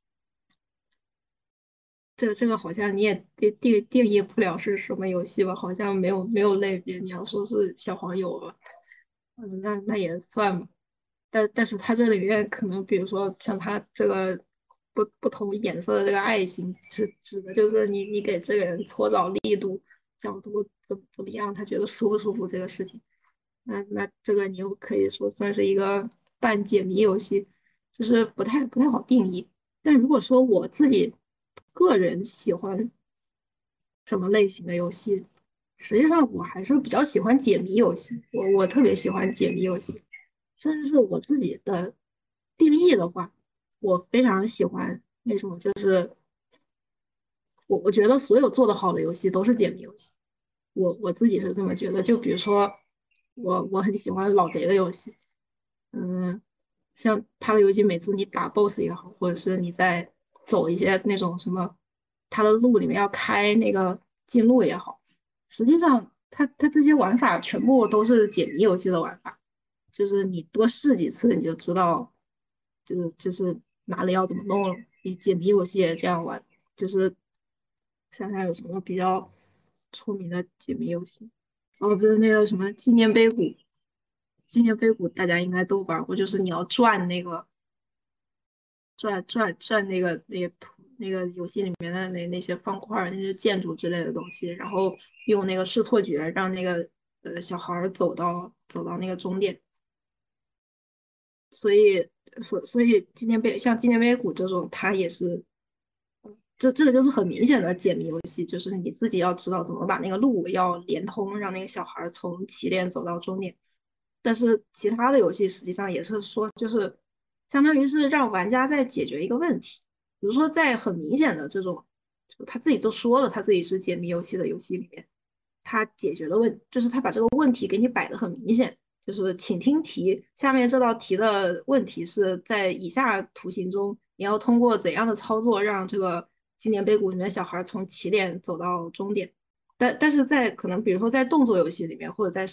这个好像你也定义不了是什么游戏吧？好像没有类别。你要说是小黄油吧，那也算吧。但是它这里面可能，比如说像它这个不同颜色的这个爱心，指的就是你给这个人搓澡力度、角度怎么样，他觉得舒不舒服这个事情。那这个你又可以说算是一个半解谜游戏，就是不太好定义。但如果说我自己个人喜欢什么类型的游戏，实际上我还是比较喜欢解谜游戏，我特别喜欢解谜游戏。甚至是我自己的定义的话，我非常喜欢那种，就是我觉得所有做得好的游戏都是解谜游戏，我自己是这么觉得。就比如说我很喜欢老贼的游戏，嗯，像他的游戏，每次你打 BOSS 也好，或者是你在走一些那种什么他的路里面要开那个近路也好，实际上他这些玩法全部都是解谜游戏的玩法。就是你多试几次，你就知道，就是哪里要怎么弄了。你解谜游戏也这样玩，就是想想有什么比较出名的解谜游戏。哦，不是那个什么纪念碑谷，纪念碑谷大家应该都玩过，就是你要转那个转那个图那个游戏里面的那些方块儿、那些建筑之类的东西，然后用那个试错觉让那个小孩儿走到那个终点。所以所以纪念碑谷这种，它也是，这个就是很明显的解谜游戏，就是你自己要知道怎么把那个路要连通，让那个小孩从起点走到终点。但是其他的游戏实际上也是说，就是相当于是让玩家在解决一个问题，比如说在很明显的这种，就他自己都说了他自己是解谜游戏的游戏里面，他解决的就是他把这个问题给你摆的很明显，就是请听题，下面这道题的问题是在以下图形中，你要通过怎样的操作让这个纪念碑谷里面的小孩从起点走到终点。但是在可能比如说在动作游戏里面或者在什么，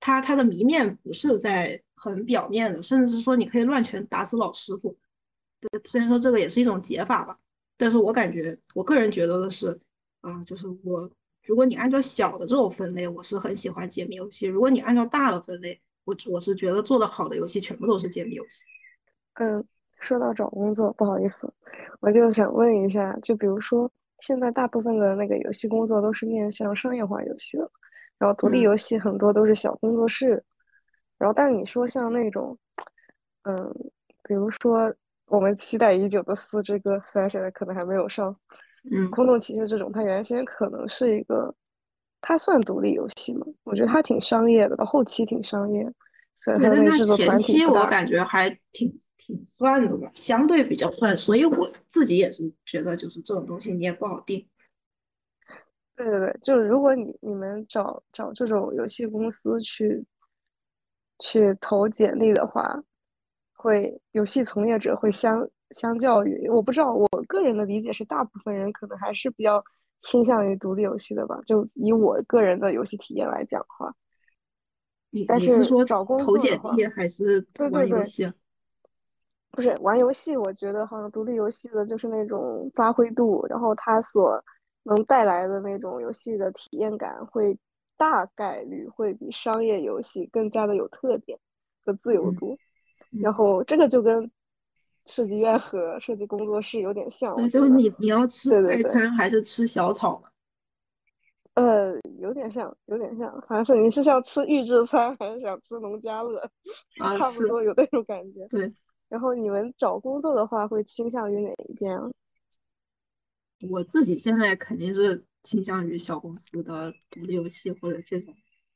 它的谜面不是在很表面的，甚至是说你可以乱拳打死老师傅。虽然说这个也是一种解法吧，但是我感觉我个人觉得的是，就是如果你按照小的这种分类，我是很喜欢解谜游戏；如果你按照大的分类，我是觉得做的好的游戏全部都是解谜游戏。 嗯，说到找工作，不好意思，我就想问一下，就比如说现在大部分的那个游戏工作都是面向商业化游戏的，然后独立嗯， 游戏很多都是小工作室，然后但你说像那种，嗯，比如说我们期待已久的《四之歌》，虽然现在可能还没有上， 嗯， 《空洞骑士》这种，它原先可能是一个，它算独立游戏吗？我觉得它挺商业的，到后期挺商业，虽然对， 它的那个但它制作团体前期不大。 我感觉还挺算的吧，相对比较算，所以我自己也是觉得，就是这种东西你也不好定。 对对对，就是如果你们找这种游戏公司去投简历的话，会游戏从业者会相较于，我不知道，我个人的理解是，大部分人可能还是比较倾向于独立游戏的吧。就以我个人的游戏体验来讲的话， 你但你是说是找工投作的话， 简历还是对对对， 玩游戏啊？ 不是玩游戏，我觉得好像独立游戏的就是那种发挥度，然后它所能带来的那种游戏的体验感，会大概率会比商业游戏更加的有特点和自由嗯度。然嗯， 后这个就跟设计院和设计工作室有点像，我对，就是觉得。 你要吃对对对， 快餐还是吃小炒嘛？ 有点像，有点像，好像是你是想吃预制菜还是想吃农家乐，差不是， 多有那种感觉。 对， 然后你们找工作的话，会倾向于哪一边啊？ 我自己现在肯定是倾向于小公司的独立游戏或者这种，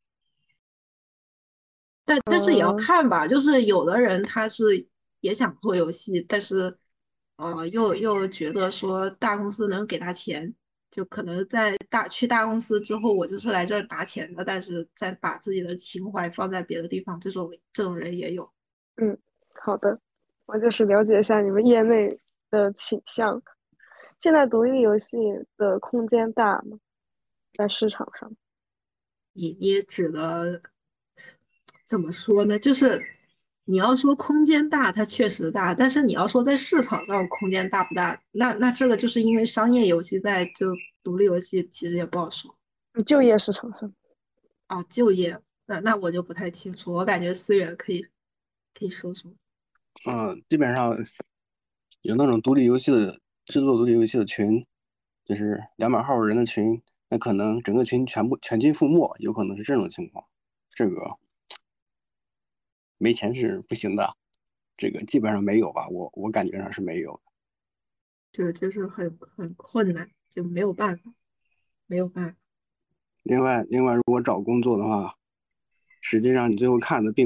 但是也要嗯， 看吧，就是有的人他是也想做游戏，但是又觉得说大公司能给他钱，就可能去大公司之后，我就是来这儿拿钱的，但是再把自己的情怀放在别的地方，这种人也有。 嗯，好的，我就是了解一下你们业内的倾向。现在独立游戏的空间大吗？在市场上？ 你指的怎么说呢？就是你要说空间大，它确实大，但是你要说在市场上空间大不大，那这个就是因为商业游戏在就独立游戏其实也不好说就业市场上？ 啊。就业那我就不太清楚，我感觉思源可以说说。 基本上有那种独立游戏的制作独立游戏的群，就是200号人的群，那可能整个群全军覆没，有可能是这种情况。这个没钱是不行的，这个基本上没有吧，我感觉上是没有。 就是很困难，就没有办法，没有办法。 另外，如果找工作的话，实际上你最后看的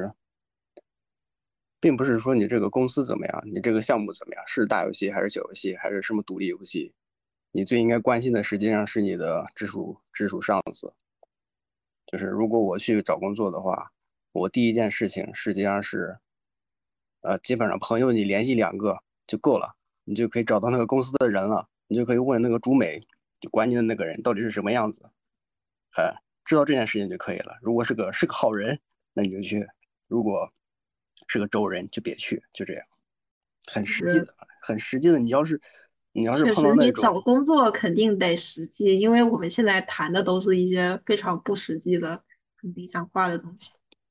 并不是说你这个公司怎么样，你这个项目怎么样，是大游戏还是小游戏，还是什么独立游戏，你最应该关心的实际上是你的直属上司。就是如果我去找工作的话，我第一件事情实际上是，基本上朋友你联系2个就够了，你就可以找到那个公司的人了，你就可以问那个主美，就管你的那个人到底是什么样子，知道这件事情就可以了。如果是个好人，那你就去；如果是个轴人，就别去，就这样。很就是实际的，很实际的。你要是碰到确实，你找那种， 工作肯定得实际，因为我们现在谈的都是一些非常不实际的、很理想化的东西。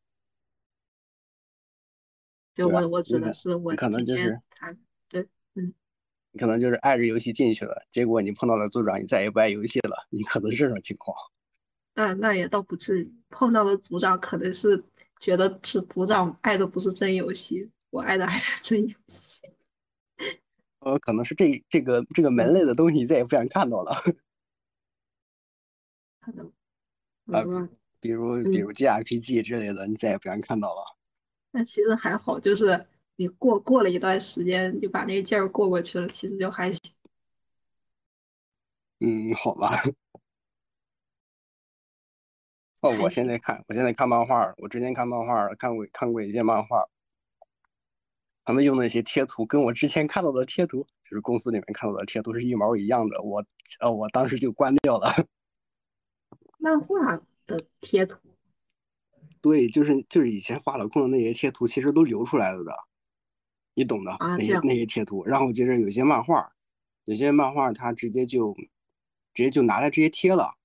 就对吧？ 我指的是我你可能今就是天谈，对，嗯， 你可能就是爱着游戏进去了，结果你碰到了组长，你再也不爱游戏了，你可能是这种情况。 那也倒不至于，碰到的组长可能是觉得是组长爱的不是真游戏，我爱的还是真游戏。 可能是这个门嗯， 类的东西你再也不想看到了。 可能啊， 可能吧， 比如嗯， JRPG 之类的，你再也不想看到了。 但其实还好，就是你过了一段时间，就把那个劲儿过去了，其实就还行。 嗯，好吧。哦， 还行。 我现在看漫画，我之前看漫画看过一些漫画，他们用的那些贴图跟我之前看到的贴图，就是公司里面看到的贴图是一毛一样的，我当时就关掉了。 漫画的贴图， 对，就是以前法老控的那些贴图，其实都流出来了的，你懂的啊，这样。 那些贴图。然后接着有些漫画它直接就拿来直接贴了，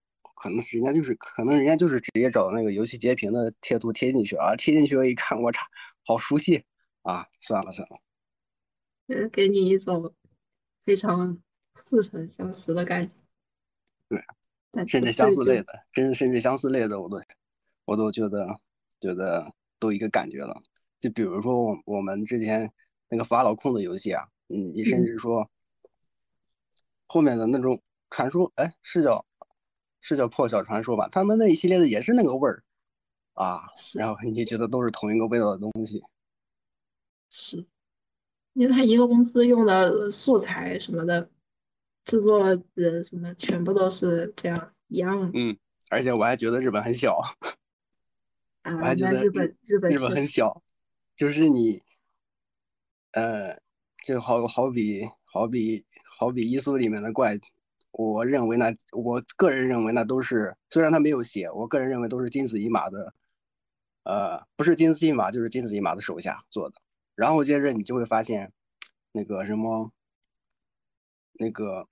可能人家就是直接找那个游戏截屏的贴图贴进去啊，贴进去我一看，我操，好熟悉啊！算了算了， 给你一种非常似曾相识的感觉。 对， 但甚至相这就似类的，甚至相似类的，我都觉得都一个感觉了。就比如说我们之前那个法老控的游戏啊，你甚嗯至说后面的那种传说，哎，是叫破晓传说吧？他们那一系列的也是那个味儿啊， 是然后你觉得都是同一个味道的东西。 是，因为他一个公司用的素材什么的，制作人什么全部都是这样一样的嗯，而且我还觉得日本很小，我啊。 还觉那得日本日本确实很小，就是你呃，就好比伊苏里面的怪，我个人认为那都是，虽然他没有写，我个人认为都是金子一马的，不是金子一马就是金子一马的手下做的。然后接着你就会发现，那个什么那个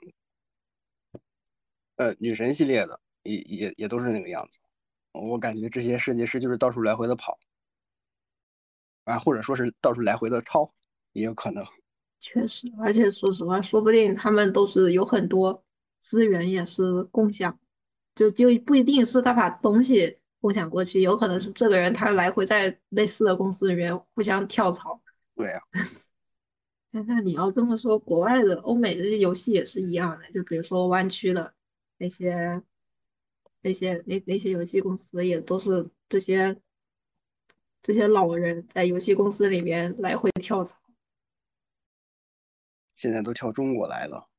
女神系列的也都是那个样子。我感觉这些设计师就是到处来回的跑啊，或者说是到处来回的抄，也有可能。 确实，而且说实话，说不定他们都是有很多资源也是共享，就不一定是他把东西共享过去，有可能是这个人他来回在类似的公司里面互相跳槽。 对呀、 那你要这么说，国外的欧美的游戏也是一样的，就比如说湾区的那些那些游戏公司，也都是这些老人在游戏公司里面来回跳槽。 现在都跳中国来了。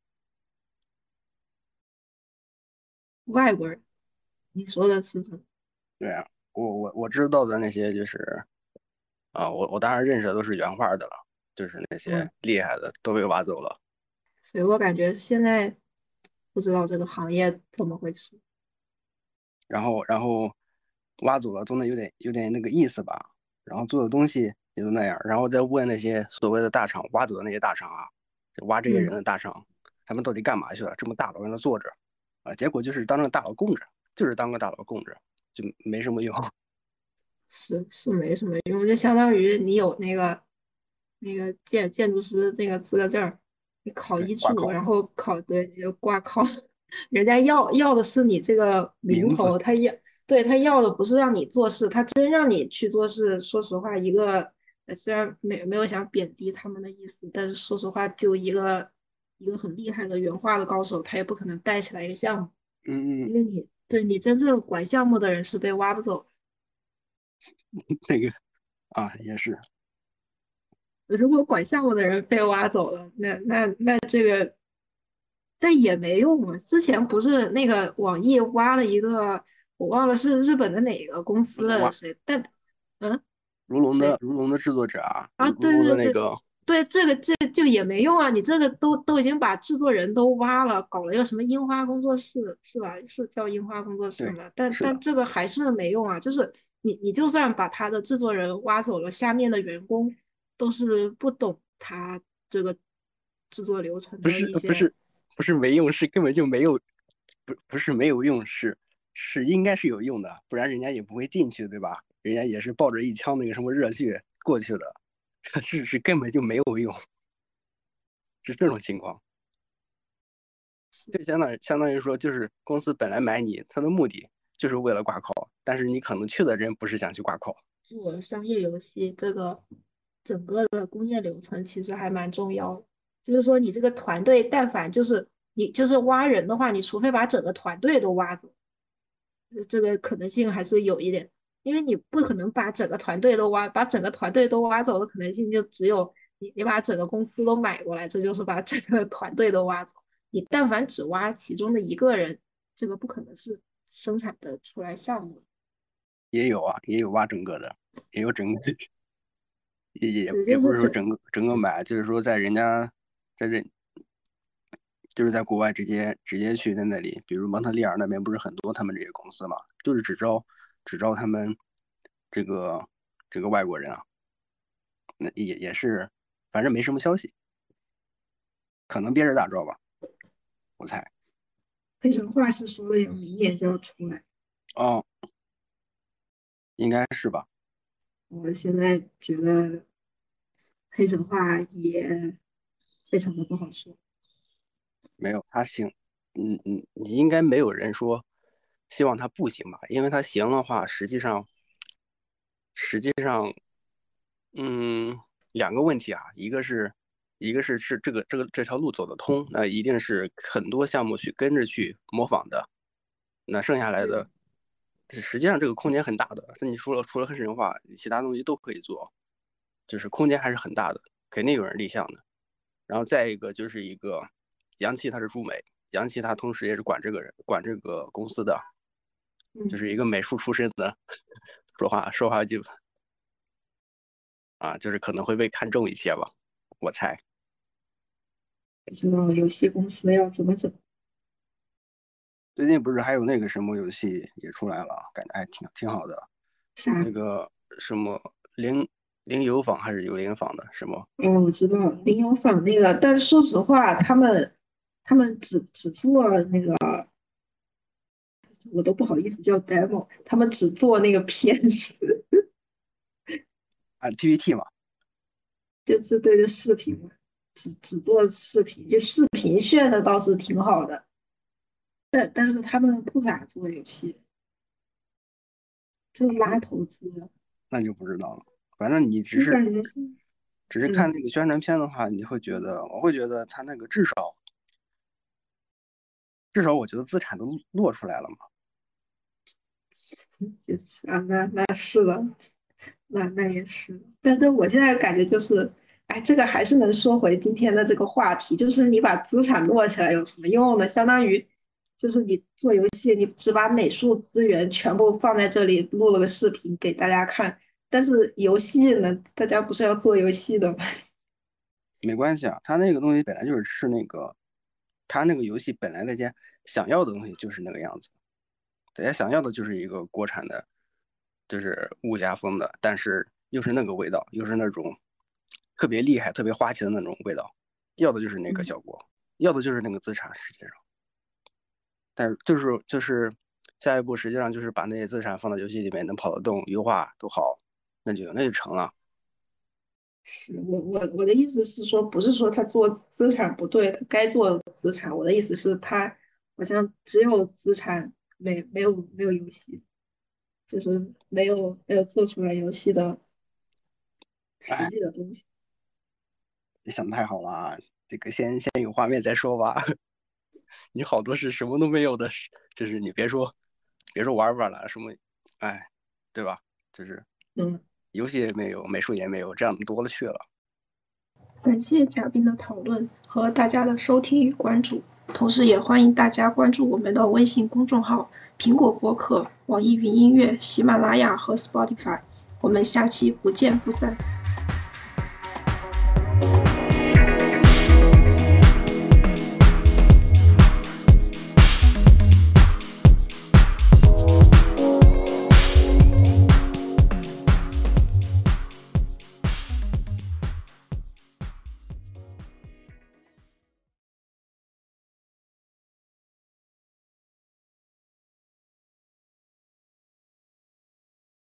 外国人，你说的是什么？ 对啊，我知道的那些就是我当然认识的都是原画的了，就是那些嗯， 厉害的都被挖走了。 所以我感觉现在不知道这个行业怎么回事。 然后挖走了，总得有点那个意思吧。然后做的东西也就那样，然后再问那些所谓的大厂，挖走的那些大厂啊，就挖这些嗯， 人的大厂，他们到底干嘛去了？这么大佬让他坐着啊，结果就是当个大佬供着，就是当个大佬供着，就没什么用。 是没什么用，就相当于你有那个建筑师那个资格证儿，你考对， 一注， 挂靠然后对你就挂靠，人家要的是你这个名名字， 头，他要的不是让你做事，他真让你去做事。说实话，虽然没有想贬低他们的意思，但是说实话，就一个很厉害的原画的高手，他也不可能带起来一个项目， 嗯嗯， 因为你真正管项目的人是被挖不走的。 那个啊也是， 如果管项目的人被挖走了，那这个，但也没用啊。之前不是那个网易挖了一个，我忘了是日本的哪个公司的如龙啊， 谁，但嗯， 如龙的谁如龙的制作者啊， 啊？ 如龙对对对的那个对，这就也没用啊！你这个都已经把制作人都挖了，搞了一个什么樱花工作室是吧？是叫樱花工作室对， 吗？但是的， 但这个还是没用啊！就是你就算把他的制作人挖走了，下面的员工都是不懂他这个制作流程不的一些。 是不是不是没用，是根本就没有，不是没有用，是应该是有用的，不然人家也不会进去，对吧？人家也是抱着一腔那个什么热血过去的，是根本就没有用，是这种情况。就相当于说，就是公司本来买你，它的目的就是为了挂 call，但是你可能去的人不是想去挂 call。 做商业游戏这个整个的工业流程其实还蛮重要的。就是说，你这个团队，但凡就是你就是挖人的话，你除非把整个团队都挖走，这个可能性还是有一点，因为你不可能把整个团队都挖走的可能性就只有你把整个公司都买过来，这就是把整个团队都挖走。你但凡只挖其中的一个人，这个不可能是生产的出来项目。 也有啊，也有挖整个的，也有整个，也也对， 也不就是整。 是说整个买，就是说在人家在这，就是在国外直接去在那里，比如蒙特利尔那边不是很多他们这些公司嘛，就是只招他们这个外国人啊，那也是，反正没什么消息，可能憋着大招吧，我猜。 黑神话是说的有明年就要出来， 哦，应该是吧。 我现在觉得黑神话也非常的不好说。 没有他行，你应该没有人说希望他不行吧？因为他行的话，实际上，两个问题啊，一个是这条路走得通，那一定是很多项目去跟着去模仿的，那剩下来的，实际上这个空间很大的。那你除了黑神话，其他东西都可以做，就是空间还是很大的，肯定有人立项的。然后再一个就是一个杨奇，他是驻美，杨奇他同时也是管这个公司的，就是一个美术出身的，说话就啊，就是可能会被看重一些吧，我猜。 不知道游戏公司要怎么整。 最近不是还有那个什么游戏也出来了，感觉还挺好的， 啥？ 那个什么零游坊还是有零坊的什么？ 哦，我知道林有坊那个，但是说实话，他们只做那个，我都不好意思叫 demo，他们只做那个片子， 啊 PPT 嘛。 就对着视频嘛，只做视频，就视频炫的倒是挺好的，但是他们不咋做游戏，就拉投资， 那就不知道了。反正你就感觉是， 只是看那个宣传片的话，我会觉得他那个至少我觉得资产都落出来了嘛。 就是啊，那是的，那也是，但我现在感觉就是，哎，这个还是能说回今天的这个话题，就是你把资产摞起来有什么用呢？相当于就是你做游戏，你只把美术资源全部放在这里，录了个视频给大家看，但是游戏呢，大家不是要做游戏的吗？ 没关系啊，他那个东西本来就是那个，他那个游戏本来大家想要的东西就是那个样子，大家想要的就是一个国产的，就是物家风的，但是又是那个味道，又是那种特别厉害、特别花钱的那种味道，要的就是那个效果，要的就是那个资产，实际上。但是就是下一步，实际上就是把那些资产放到游戏里面，能跑得动、优化都好，那就成了。 是我的意思是说，不是说他做资产不对，他该做资产。我的意思是，他好像只有资产，没有游戏，就是没有做出来游戏的实哎， 际的东西。 你想的太好了啊！这个先有画面再说吧。你好多是什么都没有的，就是你别说玩了，什么，哎，对吧？就是嗯， 游戏也没有，美术也没有，这样多了去了。 感谢嘉宾的讨论和大家的收听与关注，同时也欢迎大家关注我们的微信公众号、苹果播客、网易云音乐、喜马拉雅和 Spotify。我们下期不见不散。